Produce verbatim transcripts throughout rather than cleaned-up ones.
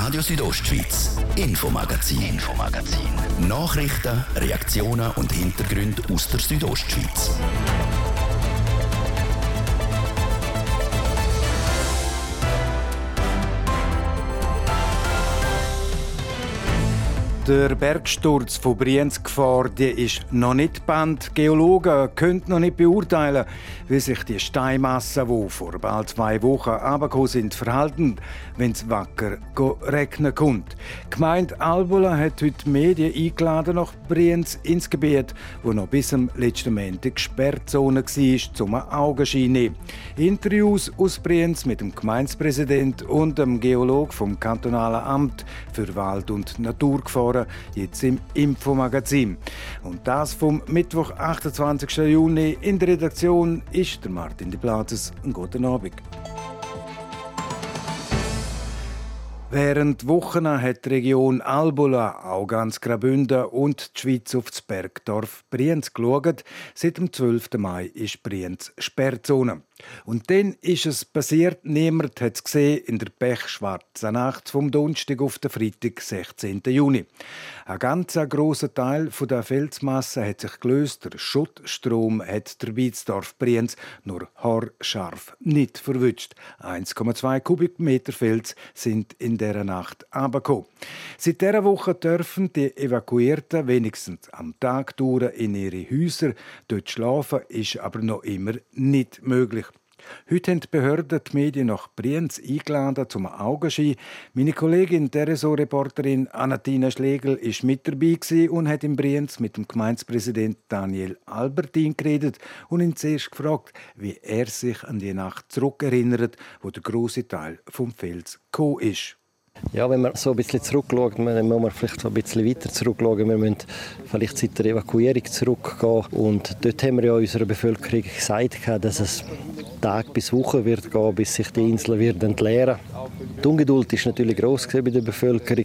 Radio Südostschweiz, Infomagazin. Infomagazin. Nachrichten, Reaktionen und Hintergründe aus der Südostschweiz. Der Bergsturz von Brienz-Gefahr ist noch nicht gebannt. Geologen können noch nicht beurteilen, wie sich die Steinmassen, die vor bald zwei Wochen heruntergekommen sind, verhalten, wenn es wacker regnen kommt. Die Gemeinde Albula hat heute Medien eingeladen nach Brienz ins Gebiet, wo noch bis am letzten Montag Sperrzone war, zum Augenschein zu nehmen. Interviews aus Brienz mit dem Gemeindepräsidenten und dem Geologen vom Kantonalen Amt für Wald- und Naturgefahren jetzt im Infomagazin. Und das vom Mittwoch, achtundzwanzigsten Juni. In der Redaktion ist der Martin de Platzes. Einen guten Abend. Während Wochen hat die Region Albula, auch ganz Graubünden und die Schweiz auf das Bergdorf Brienz geschaut. Seit dem zwölften Mai ist Brienz Sperrzone. Und dann ist es passiert, niemand hat es gesehen, in der pechschwarzen Nacht vom Donnerstag auf den Freitag, sechzehnten Juni. Ein ganz grosser Teil der Felsmasse hat sich gelöst, der Schuttstrom hat der Biezdorf Brienz nur haarscharf nicht verwünscht. eins Komma zwei Kubikmeter Fels sind in dieser Nacht heruntergekommen. Seit dieser Woche dürfen die Evakuierten wenigstens am Tag durch in ihre Häuser. Dort schlafen ist aber noch immer nicht möglich. Heute haben die Behörden die Medien nach Brienz eingeladen zum Augenschein. Meine Kollegin, die R S O-Reporterin Anatina Schlegel, war mit dabei und hat in Brienz mit dem Gemeindepräsidenten Daniel Albertin geredet und ihn zuerst gefragt, wie er sich an die Nacht zurückerinnert, wo der grosse Teil vom Fels gekommen ist. Ja, wenn man so ein bisschen zurückschaut, dann muss man vielleicht so ein bisschen weiter zurückschauen. Wir müssen vielleicht seit der Evakuierung zurückgehen. Und dort haben wir ja unserer Bevölkerung gesagt, dass es Tage bis Wochen wird gehen, bis sich die Insel wird entleeren. Die Ungeduld war natürlich gross bei der Bevölkerung.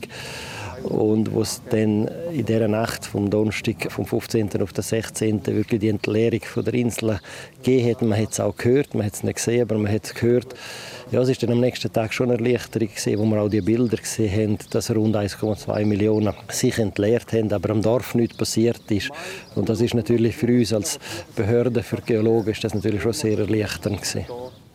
Und wo es dann in dieser Nacht vom Donnerstag, vom fünfzehnten auf den sechzehnten wirklich die Entleerung von der Insel gegeben hat. Man hat es auch gehört, man hat es nicht gesehen, aber man hat es gehört. Ja, es war dann am nächsten Tag schon eine Erleichterung, wo wir auch die Bilder gesehen haben, dass rund eins Komma zwei Millionen sich entleert haben, aber am Dorf nichts passiert ist. Und das ist natürlich für uns als Behörde, für Geologen, ist das natürlich schon sehr erleichternd gewesen.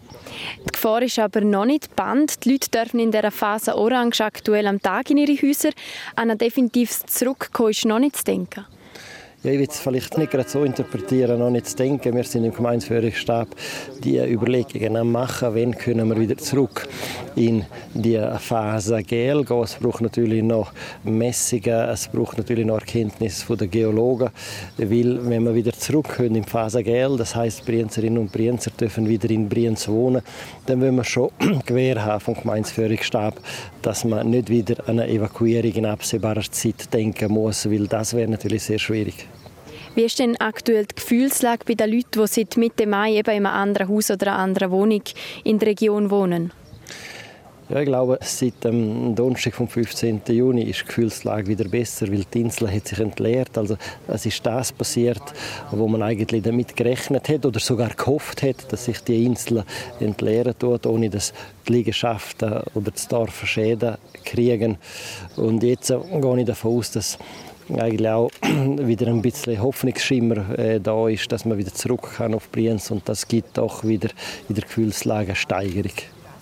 Die Gefahr ist aber noch nicht gebannt. Die Leute dürfen in dieser Phase orange aktuell am Tag in ihre Häuser. An ein definitives Zurückkommen ist noch nicht zu denken. Ja, ich will es vielleicht nicht gerade so interpretieren, noch nicht zu denken. Wir sind im Gemeindeführungsstab die Überlegungen am machen, wann können wir wieder zurück in die Phase G L gehen. Es braucht natürlich noch Messungen, es braucht natürlich noch Erkenntnis der Geologen, weil wenn wir wieder zurück können in die Phase G L, das heisst, Brienzerinnen und Brienzer dürfen wieder in Brienz wohnen, dann wollen wir schon Gewähr haben vom Gemeindeführungsstab, dass man nicht wieder an eine Evakuierung in absehbarer Zeit denken muss, weil das wäre natürlich sehr schwierig. Wie ist denn aktuell die Gefühlslage bei den Leuten, die seit Mitte Mai eben in einem anderen Haus oder einer anderen Wohnung in der Region wohnen? Ja, ich glaube, seit dem Donnerstag vom fünfzehnten Juni ist die Gefühlslage wieder besser, weil die Insel hat sich entleert. Also es ist das passiert, wo man eigentlich damit gerechnet hat oder sogar gehofft hat, dass sich die Insel entleeren tut, ohne dass die Liegenschaften oder das Dorf Schäden kriegen. Und jetzt gehe ich davon aus, dass eigentlich auch wieder ein bisschen Hoffnungsschimmer äh, da ist, dass man wieder zurück kann auf Brienz, und das gibt auch wieder in der Gefühlslage eine Steigerung.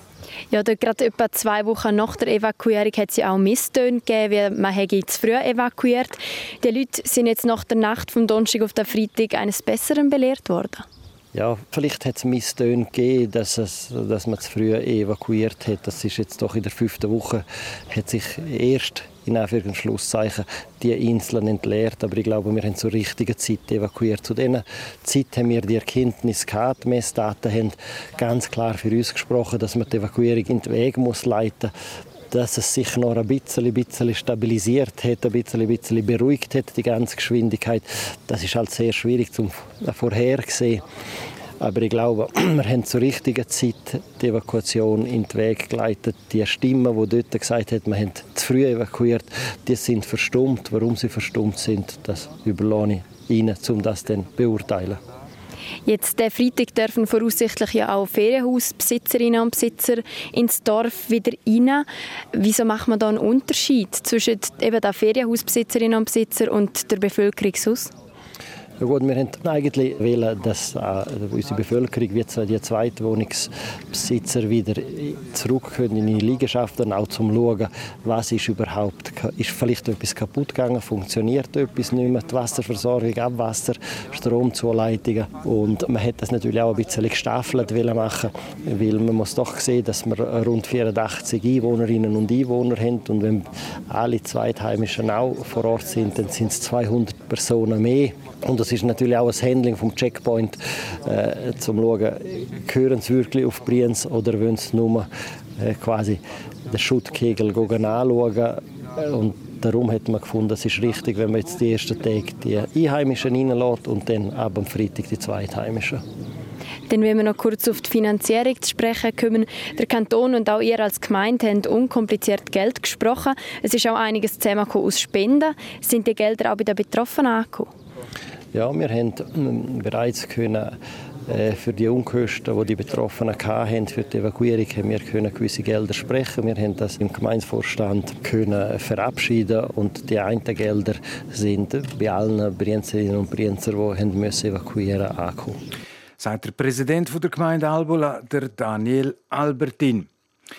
Ja, dort gerade etwa zwei Wochen nach der Evakuierung hat es ja auch Misstöne gegeben, weil man hätte zu früh evakuiert. Die Leute sind jetzt nach der Nacht vom Donnerstag auf den Freitag eines Besseren belehrt worden. Ja, vielleicht hat es Misstöne gegeben, dass, es, dass man zu früh evakuiert hat. Das ist jetzt doch in der fünften Woche, hat sich erst in Anführungs- und Schlusszeichen die Inseln entleert. Aber ich glaube, wir haben zur richtigen Zeit evakuiert. Zu dieser Zeit haben wir die Erkenntnis gehabt, die Messdaten haben ganz klar für uns gesprochen, dass man die Evakuierung in den Weg muss leiten muss, dass es sich noch ein bisschen, bisschen stabilisiert hat, ein bisschen, bisschen beruhigt hat, die ganze Geschwindigkeit. Das ist halt sehr schwierig zu vorhersehen. Aber ich glaube, wir haben zur richtigen Zeit die Evakuation in den Weg geleitet. Die Stimmen, die dort gesagt haben, wir haben zu früh evakuiert, die sind verstummt. Warum sie verstummt sind, das überlasse ich Ihnen, um das dann zu beurteilen. Jetzt der Freitag dürfen voraussichtlich ja auch Ferienhausbesitzerinnen und Besitzer ins Dorf wieder rein. Wieso macht man da einen Unterschied zwischen eben den Ferienhausbesitzerinnen und Besitzern und der Bevölkerung sonst? Ja gut, wir wollten eigentlich wählen, dass äh, unsere Bevölkerung, wie die Zweitwohnungsbesitzer, wieder zurück können in ihre Liegenschaften, auch zum Schauen, was ist überhaupt, ist vielleicht etwas kaputt gegangen, funktioniert etwas nicht mehr, die Wasserversorgung, Abwasser, Stromzuleitungen. Und man hätte das natürlich auch ein bisschen gestaffelt machen, weil man muss doch sehen, dass wir rund vierundachtzig Einwohnerinnen und Einwohner haben und wenn alle Zweitheimischen auch vor Ort sind, dann sind es zweihundert Personen mehr. Und das ist natürlich auch ein Handling vom Checkpoint, äh, zum zu schauen, gehören sie wirklich auf Brienz oder wollen sie nur äh, quasi den Schuttkegel anschauen. Und darum hat man gefunden, es ist richtig, wenn man jetzt die ersten Tage die Einheimischen reinlässt und dann ab am Freitag die Zweitheimischen. Dann wenn wir noch kurz auf die Finanzierung zu sprechen kommen. Der Kanton und auch ihr als Gemeinde haben unkompliziert Geld gesprochen. Es ist auch einiges zusammengekommen aus Spenden. Sind die Gelder auch bei den Betroffenen angekommen? Ja, wir haben bereits können, äh, für die Unkosten, die die Betroffenen hatten, für die Evakuierung, haben wir können gewisse Gelder sprechen. Wir haben das im Gemeindevorstand können verabschieden und die einen Gelder sind bei allen Brienzerinnen und Brienzer, die haben müssen evakuieren mussten, angekommen. Sagt der Präsident der Gemeinde Albola, der Daniel Albertin.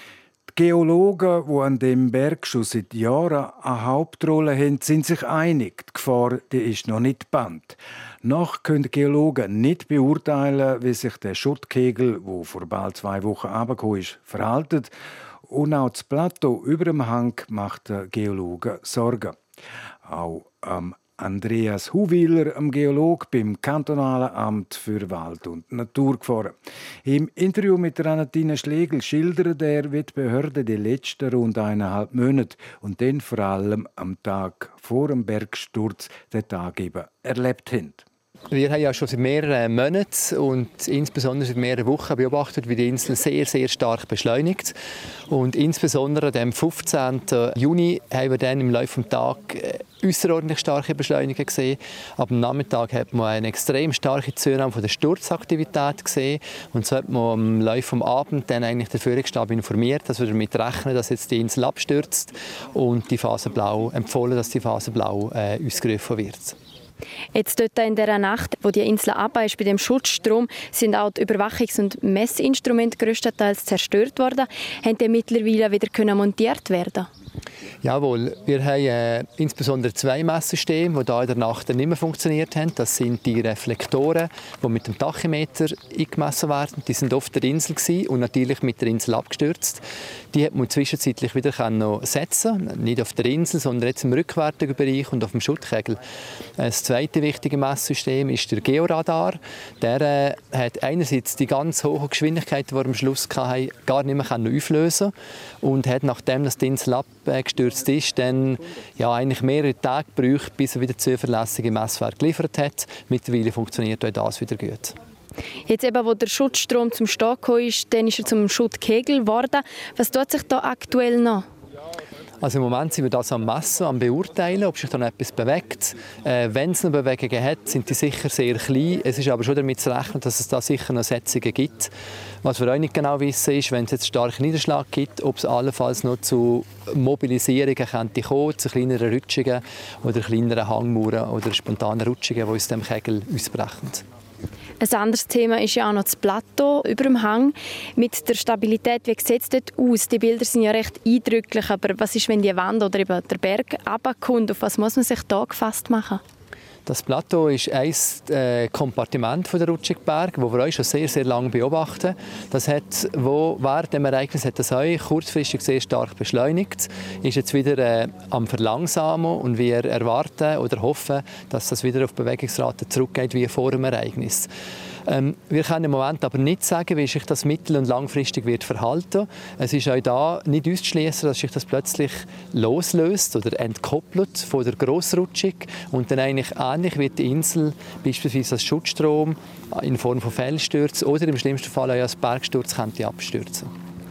Die Geologen, die an dem Berg schon seit Jahren eine Hauptrolle haben, sind sich einig, die Gefahr die ist noch nicht gebannt. Noch können die Geologen nicht beurteilen, wie sich der Schuttkegel, der vor bald zwei Wochen heruntergekommen ist, verhält. Und auch das Plateau über dem Hang macht den Geologen Sorgen. Auch ähm, Andreas Huwiler, am Geolog beim Kantonalen Amt für Wald- und Naturgefahren. Im Interview mit Renatine Schlegel schildert er, wie die Behörden die letzten rund eineinhalb Monate und dann vor allem am Tag vor dem Bergsturz den Tag eben erlebt haben. Wir haben ja schon seit mehreren Monaten und insbesondere seit mehreren Wochen beobachtet, wie die Insel sehr, sehr stark beschleunigt. Und insbesondere am fünfzehnten Juni haben wir dann im Laufe des Tages äußerordentlich starke Beschleunigung gesehen. Am Nachmittag hat man eine extrem starke Zunahme von der Sturzaktivität gesehen. Und so hat man im Laufe des Abends dann eigentlich den Führungsstab informiert, dass wir damit rechnen, dass jetzt die Insel abstürzt und die Phase Blau empfohlen, dass die Phase Blau äh, ausgerufen wird. Jetzt dort in dieser Nacht, wo die Insel runter ist, bei dem Schutzstrom, sind auch die Überwachungs- und Messinstrumente grösstenteils zerstört worden. Haben die mittlerweile wieder montiert werden? Jawohl, wir haben äh, insbesondere zwei Messsysteme, die hier in der Nacht nicht mehr funktioniert haben. Das sind die Reflektoren, die mit dem Tachymeter eingemessen werden. Die sind auf der Insel gewesen und natürlich mit der Insel abgestürzt. Die hat man zwischenzeitlich wieder setzen, nicht auf der Insel, sondern jetzt im rückwärtigen Bereich und auf dem Schuttkegel. Das zweite wichtige Messsystem ist der Georadar. Der äh, hat einerseits die ganz hohe Geschwindigkeit, die wir am Schluss hatten, gar nicht mehr auflösen und hat, nachdem das die Insel abgestürzt ist, dann ja, eigentlich mehrere Tage gebraucht, bis er wieder zuverlässige Messwerte geliefert hat. Mittlerweile funktioniert auch das wieder gut. Jetzt eben, wo der Schutzstrom zum Stehen gekommen ist, dann ist er zum Schuttkegel geworden. Was tut sich da aktuell noch? Also im Moment sind wir das am Messen, am Beurteilen, ob sich da noch etwas bewegt. Äh, wenn es noch Bewegungen hat, sind die sicher sehr klein. Es ist aber schon damit zu rechnen, dass es da sicher noch Setzungen gibt. Was wir auch nicht genau wissen, ist, wenn es jetzt starken Niederschlag gibt, ob es allenfalls noch zu Mobilisierungen könnte kommen, zu kleineren Rutschungen oder kleineren Hangmauern oder spontanen Rutschungen, die aus dem Kegel ausbrechen. Ein anderes Thema ist ja auch noch das Plateau über dem Hang. Mit der Stabilität, wie sieht es dort aus? Die Bilder sind ja recht eindrücklich, aber was ist, wenn die Wand oder eben der Berg runterkommt? Auf was muss man sich da gefasst machen? Das Plateau ist ein äh, Kompartiment von der Rutschigberg, das wir auch schon sehr, sehr lange beobachten. Das hat, wo, während dem Ereignis hat das auch kurzfristig sehr stark beschleunigt, ist jetzt wieder äh, am Verlangsamen und wir erwarten oder hoffen, dass das wieder auf Bewegungsrate zurückgeht wie vor dem Ereignis. Ähm, wir können im Moment aber nicht sagen, wie sich das mittel- und langfristig wird verhalten. Es ist auch da nicht auszuschließen, dass sich das plötzlich loslöst oder entkoppelt von der Grossrutschung und dann eigentlich ähnlich wie die Insel beispielsweise als Schutzstrom in Form von Felsstürzen oder im schlimmsten Fall auch als Bergsturz könnte abstürzen.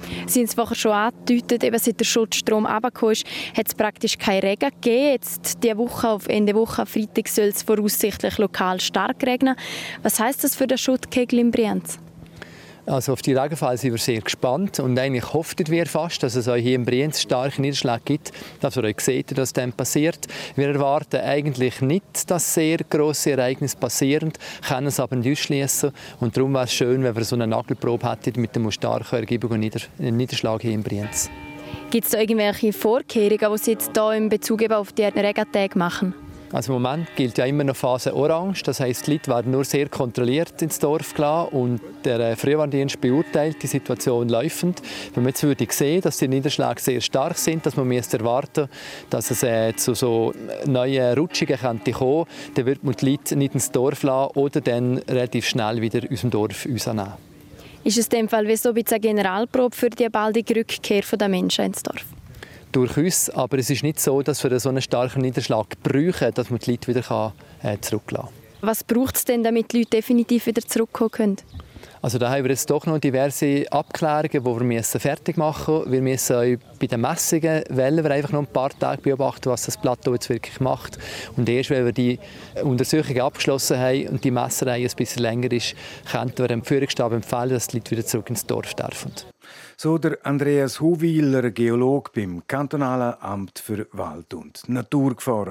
Sie haben es vorher schon angedeutet, eben seit der Schutzstrom runtergekommen ist, hat es praktisch keinen Regen gegeben. Jetzt diese Woche, auf Ende Woche, Freitag, soll es voraussichtlich lokal stark regnen. Was heisst das für den Schuttkegel in Brienz? Also auf die Regenfälle sind wir sehr gespannt und eigentlich hoffen wir fast, dass es euch hier in Brienz starke Niederschläge gibt, dass ihr euch seht, dass das passiert. Wir erwarten eigentlich nicht, dass sehr grosse Ereignisse passieren, können es aber nicht ausschließen. Und darum wäre es schön, wenn wir so eine Nagelprobe hätten mit einem starken Ergebung und Niederschlag hier in Brienz. Gibt es da irgendwelche Vorkehrungen, die Sie jetzt hier in Bezug auf die Regentage machen? Also im Moment gilt ja immer noch Phase Orange, das heisst, die Leute werden nur sehr kontrolliert ins Dorf gelassen und der Frühwarndienst beurteilt die Situation laufend. Wenn man jetzt würde sehen, dass die Niederschläge sehr stark sind, dass man erwarten müsste, dass es äh, zu so neuen Rutschungen könnte kommen, dann wird man die Leute nicht ins Dorf lassen oder dann relativ schnell wieder aus dem Dorf rausnehmen. Ist es in dem Fall wie so ein bisschen eine Generalprobe für die baldige Rückkehr der Menschen ins Dorf? Durchaus, aber es ist nicht so, dass wir so einen starken Niederschlag brauchen, dass man die Leute wieder äh, zurücklassen kann. Was braucht es denn, damit die Leute definitiv wieder zurückkommen können? Also da haben wir jetzt doch noch diverse Abklärungen, die wir müssen fertig machen müssen. Wir müssen auch bei den Messungen wollen wir einfach noch ein paar Tage beobachten, was das Plateau jetzt wirklich macht. Und erst, wenn wir die Untersuchungen abgeschlossen haben und die Messerei ein bisschen länger ist, könnten wir dem Führungsstab empfehlen, dass die Leute wieder zurück ins Dorf dürfen. So der Andreas Huwiler, Geolog beim Kantonalen Amt für Wald- und Naturgefahren.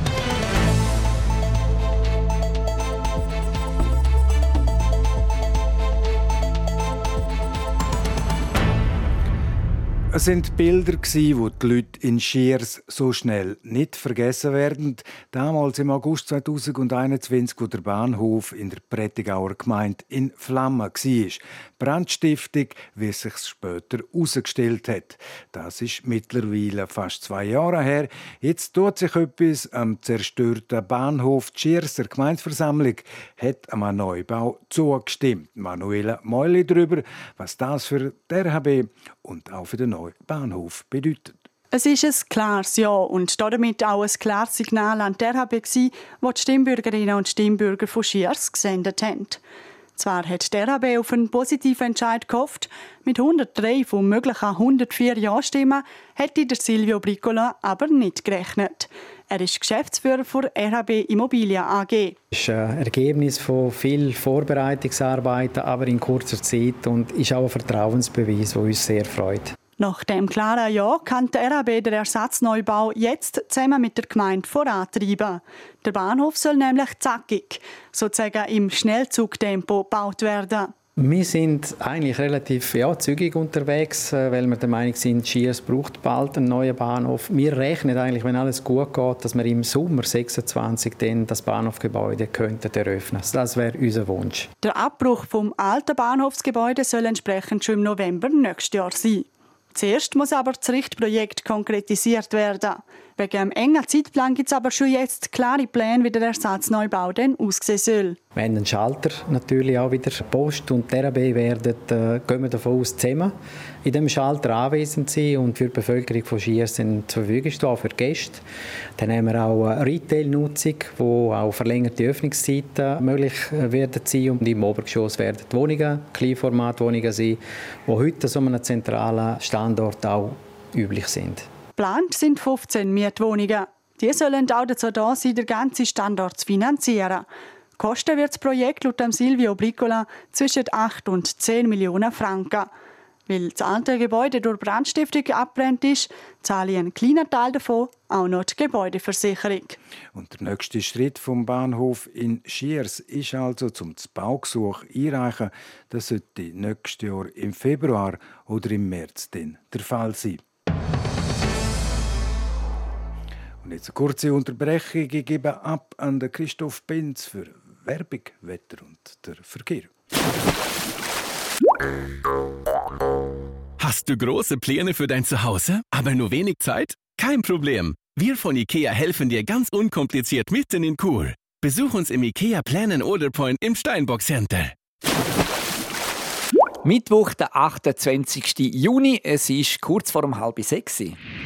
Es sind Bilder, die die Leute in Schiers so schnell nicht vergessen werden. Damals im August zweitausendeinundzwanzig, wo der Bahnhof in der Prättigauer Gemeinde in Flammen war. Brandstiftung, wie es sich später herausgestellt hat. Das ist mittlerweile fast zwei Jahre her. Jetzt tut sich etwas am zerstörten Bahnhof. Die Schierser Gemeindeversammlung hat einem Neubau zugestimmt. Manuela Meuli darüber, was das für die R H B und auch für den neuen Bahnhof bedeutet. Es ist ein klares Ja und damit auch ein klares Signal an die R H B, das die Stimmbürgerinnen und Stimmbürger von Schiers gesendet haben. Zwar hat die R H B auf einen positiven Entscheid gehofft, mit hundertdrei von möglichen hundertvier Ja-Stimmen hätte der Silvio Bricola aber nicht gerechnet. Er ist Geschäftsführer der R H B Immobilien A G. Es ist ein Ergebnis von viel Vorbereitungsarbeiten, aber in kurzer Zeit und ist auch ein Vertrauensbeweis, der uns sehr freut. Nach dem klaren Ja kann der R H B den Ersatzneubau jetzt zusammen mit der Gemeinde vorantreiben. Der Bahnhof soll nämlich zackig, sozusagen im Schnellzugtempo gebaut werden. Wir sind eigentlich relativ ja, zügig unterwegs, weil wir der Meinung sind, Schiers braucht bald einen neuen Bahnhof. Wir rechnen eigentlich, wenn alles gut geht, dass wir im Sommer sechsundzwanzig dann das Bahnhofgebäude könnten eröffnen. Das wäre unser Wunsch. Der Abbruch vom alten Bahnhofsgebäude soll entsprechend schon im November nächstes Jahr sein. Zuerst muss aber das Richtprojekt konkretisiert werden. Wegen einem engen Zeitplan gibt es aber schon jetzt klare Pläne, wie der Ersatzneubau dann aussehen soll. Wir haben einen Schalter natürlich auch wieder. Post und die R H B werden, äh, gehen wir davon aus, zusammen in diesem Schalter anwesend sein und für die Bevölkerung von Schiers zur Verfügung stehen, für Gäste. Dann haben wir auch eine Retail-Nutzung, wo auch verlängerte Öffnungszeiten möglich werden sein. Und im Obergeschoss werden die Wohnungen, Kleinformatwohnungen sein, die heute an so einem zentralen Standort auch üblich sind. Geplant sind fünfzehn Mietwohnungen. Die sollen auch dazu da sein, den ganzen Standort zu finanzieren. Kosten wird das Projekt laut Silvio Bricola zwischen acht und zehn Millionen Franken. Weil das alte Gebäude durch Brandstiftung abbrennt ist, zahle ich einen kleinen Teil davon auch noch die Gebäudeversicherung. Und der nächste Schritt vom Bahnhof in Schiers ist also zum Baugesuch einreichen. Das sollte nächstes Jahr im Februar oder im März dann der Fall sein. Und jetzt eine kurze Unterbrechung. Ich gebe ab an den Christoph Benz für Werbung, Wetter und der Verkehr. Hast du große Pläne für dein Zuhause, aber nur wenig Zeit? Kein Problem. Wir von IKEA helfen dir ganz unkompliziert mitten in Chur. Besuch uns im IKEA Plan and Order Point im Steinbock Center. Mittwoch, der achtundzwanzigsten Juni. Es ist kurz vor um halb sechs.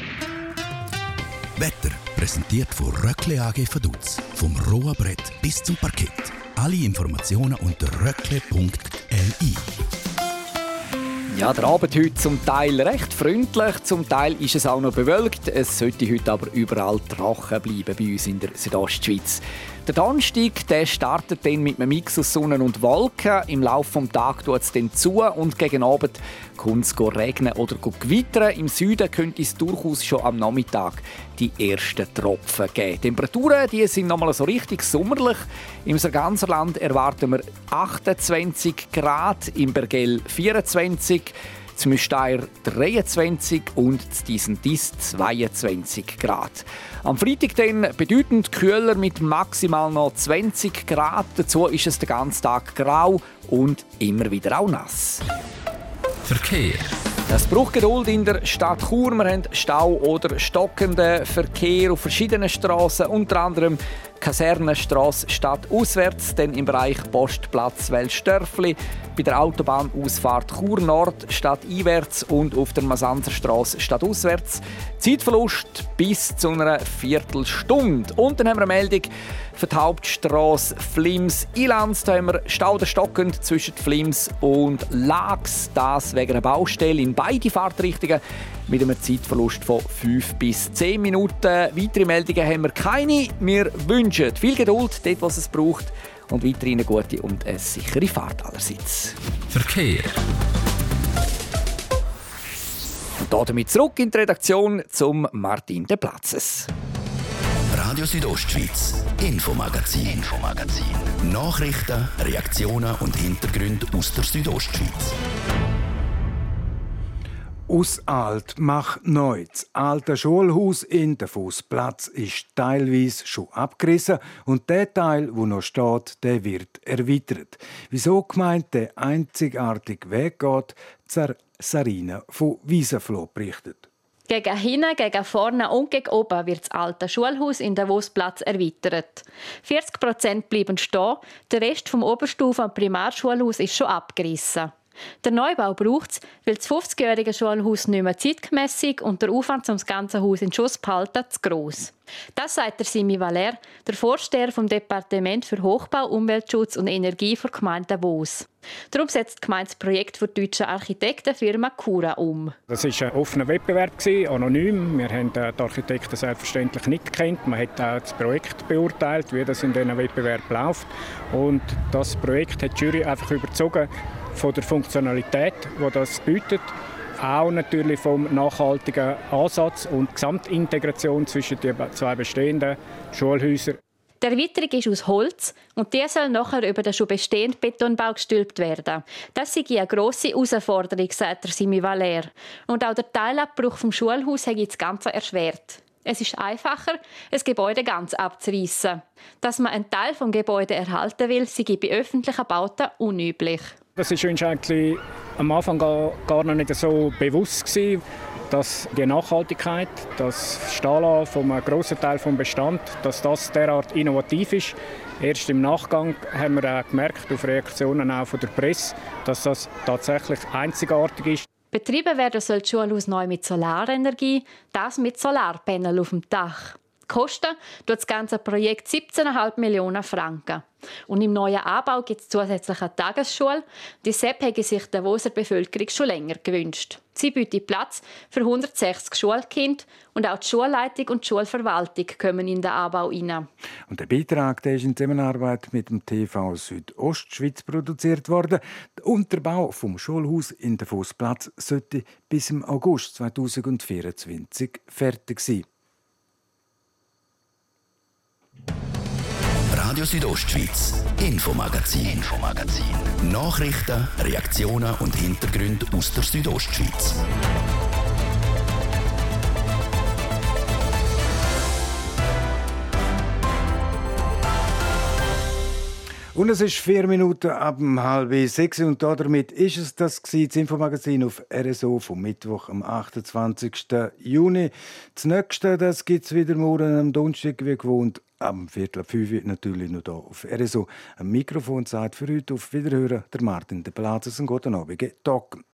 Wetter präsentiert von Röckle A G Vaduz. Vom rohen Brett bis zum Parkett. Alle Informationen unter röckle punkt l i. Ja, der Abend heute zum Teil recht freundlich, zum Teil ist es auch noch bewölkt. Es sollte heute aber überall trocken bleiben bei uns in der Südostschweiz. Der Donnerstag der startet dann mit einem Mix aus Sonne und Wolken. Im Laufe des Tages tut es dann zu und gegen Abend kommt es regnen oder gewittern. Im Süden könnte es durchaus schon am Nachmittag die ersten Tropfen geben. Die Temperaturen die sind nochmal so richtig sommerlich. Im ganzen Land erwarten wir achtundzwanzig Grad, im Bergell vierundzwanzig, zum Steyr dreiundzwanzig und zu Disentis zweiundzwanzig Grad. Am Freitag dann bedeutend kühler mit maximal noch zwanzig Grad. Dazu ist es den ganzen Tag grau und immer wieder auch nass. Verkehr. Es braucht Geduld in der Stadt Chur. Wir haben Stau oder stockenden Verkehr auf verschiedenen Strassen, unter anderem Kasernenstrasse stadtauswärts, dann im Bereich Postplatz Welsdörfli, bei der Autobahnausfahrt Chur Nord stadteinwärts und auf der Masanzerstrasse stadtauswärts. Zeitverlust bis zu einer Viertelstunde. Und dann haben wir eine Meldung für die Hauptstrasse Flims-Ilanz. Da haben wir Stau oder stockend zwischen Flims und Laax. Das wegen einer Baustelle in beide Fahrtrichtungen mit einem Zeitverlust von fünf bis zehn Minuten. Weitere Meldungen haben wir keine. Wir wünschen viel Geduld dort, was es braucht, und weiterhin eine gute und eine sichere Fahrt allerseits. Verkehr. Und damit zurück in die Redaktion zum Martin de Platzes. Radio Südostschweiz, Infomagazin. Infomagazin. Nachrichten, Reaktionen und Hintergründe aus der Südostschweiz. Aus alt macht neu. Das alte Schulhaus in der Fußplatz ist teilweise schon abgerissen und der Teil, wo noch steht, der wird erweitert. Wieso gemeint der einzigartige Weg geht, Sarina von Wiesenfloh berichtet. Gegen hinten, gegen vorne und gegen oben wird das alte Schulhaus in der Wusplatz erweitert. vierzig Prozent bleiben stehen, der Rest vom Oberstufen- und Primarschulhaus ist schon abgerissen. Der Neubau braucht es, weil das fünfzigjährige Schulhaus nicht mehr zeitgemässig und der Aufwand, um das ganze Haus in Schuss zu behalten, zu gross. Das sagt der Simi Valer, der Vorsteher vom Departement für Hochbau, Umweltschutz und Energie der Gemeinde Wos. Darum setzt die Gemeinde das Projekt für die deutsche Architektenfirma Cura um. Das war ein offener Wettbewerb, anonym. Wir haben die Architekten selbstverständlich nicht gekannt. Man hat auch das Projekt beurteilt, wie das in diesem Wettbewerb läuft. Und das Projekt hat die Jury einfach überzogen von der Funktionalität, die das bietet. Auch natürlich vom nachhaltigen Ansatz und Gesamtintegration zwischen den zwei bestehenden Schulhäusern. Die Erweiterung ist aus Holz und die soll nachher über den schon bestehenden Betonbau gestülpt werden. Das sei eine grosse Herausforderung, sagt der Simi Valer. Und auch der Teilabbruch vom Schulhaus hat das Ganze erschwert. Es ist einfacher, das Gebäude ganz abzureißen. Dass man einen Teil des Gebäudes erhalten will, sei bei öffentlichen Bauten unüblich. Das war uns eigentlich am Anfang gar, gar noch nicht so bewusst gewesen, dass die Nachhaltigkeit, das Stehlen von einem grossen Teil des Bestands, dass das derart innovativ ist. Erst im Nachgang haben wir auch gemerkt, auf Reaktionen auch von der Presse, dass das tatsächlich einzigartig ist. Betrieben werden soll das Schulhaus neu mit Solarenergie, das mit Solarpanel auf dem Dach. Kosten tut das ganze Projekt siebzehn Komma fünf Millionen Franken. Und im neuen Anbau gibt es zusätzlich eine Tagesschule. Die S E P hätte sich der Woser Bevölkerung schon länger gewünscht. Sie bietet Platz für hundertsechzig Schulkinder und auch die Schulleitung und die Schulverwaltung kommen in den Anbau hinein. Und der Beitrag der ist in Zusammenarbeit mit dem T V Südostschweiz produziert worden. Der Unterbau vom Schulhaus in der Fußplatz sollte bis im August zweitausendvierundzwanzig fertig sein. Radio Südostschweiz, Infomagazin. Infomagazin. Nachrichten, Reaktionen und Hintergründe aus der Südostschweiz. Und es ist vier Minuten ab um halb sechs und damit ist es das gewesen, das Infomagazin auf R S O vom Mittwoch, am achtundzwanzigsten Juni. Das nächste, das gibt es wieder morgen am Donnerstag, wie gewohnt, am Viertel ab fünf natürlich noch hier auf R S O. Ein Mikrofon sagt für heute auf Wiederhören der Martin de Platzes. Einen guten Abend. Talk.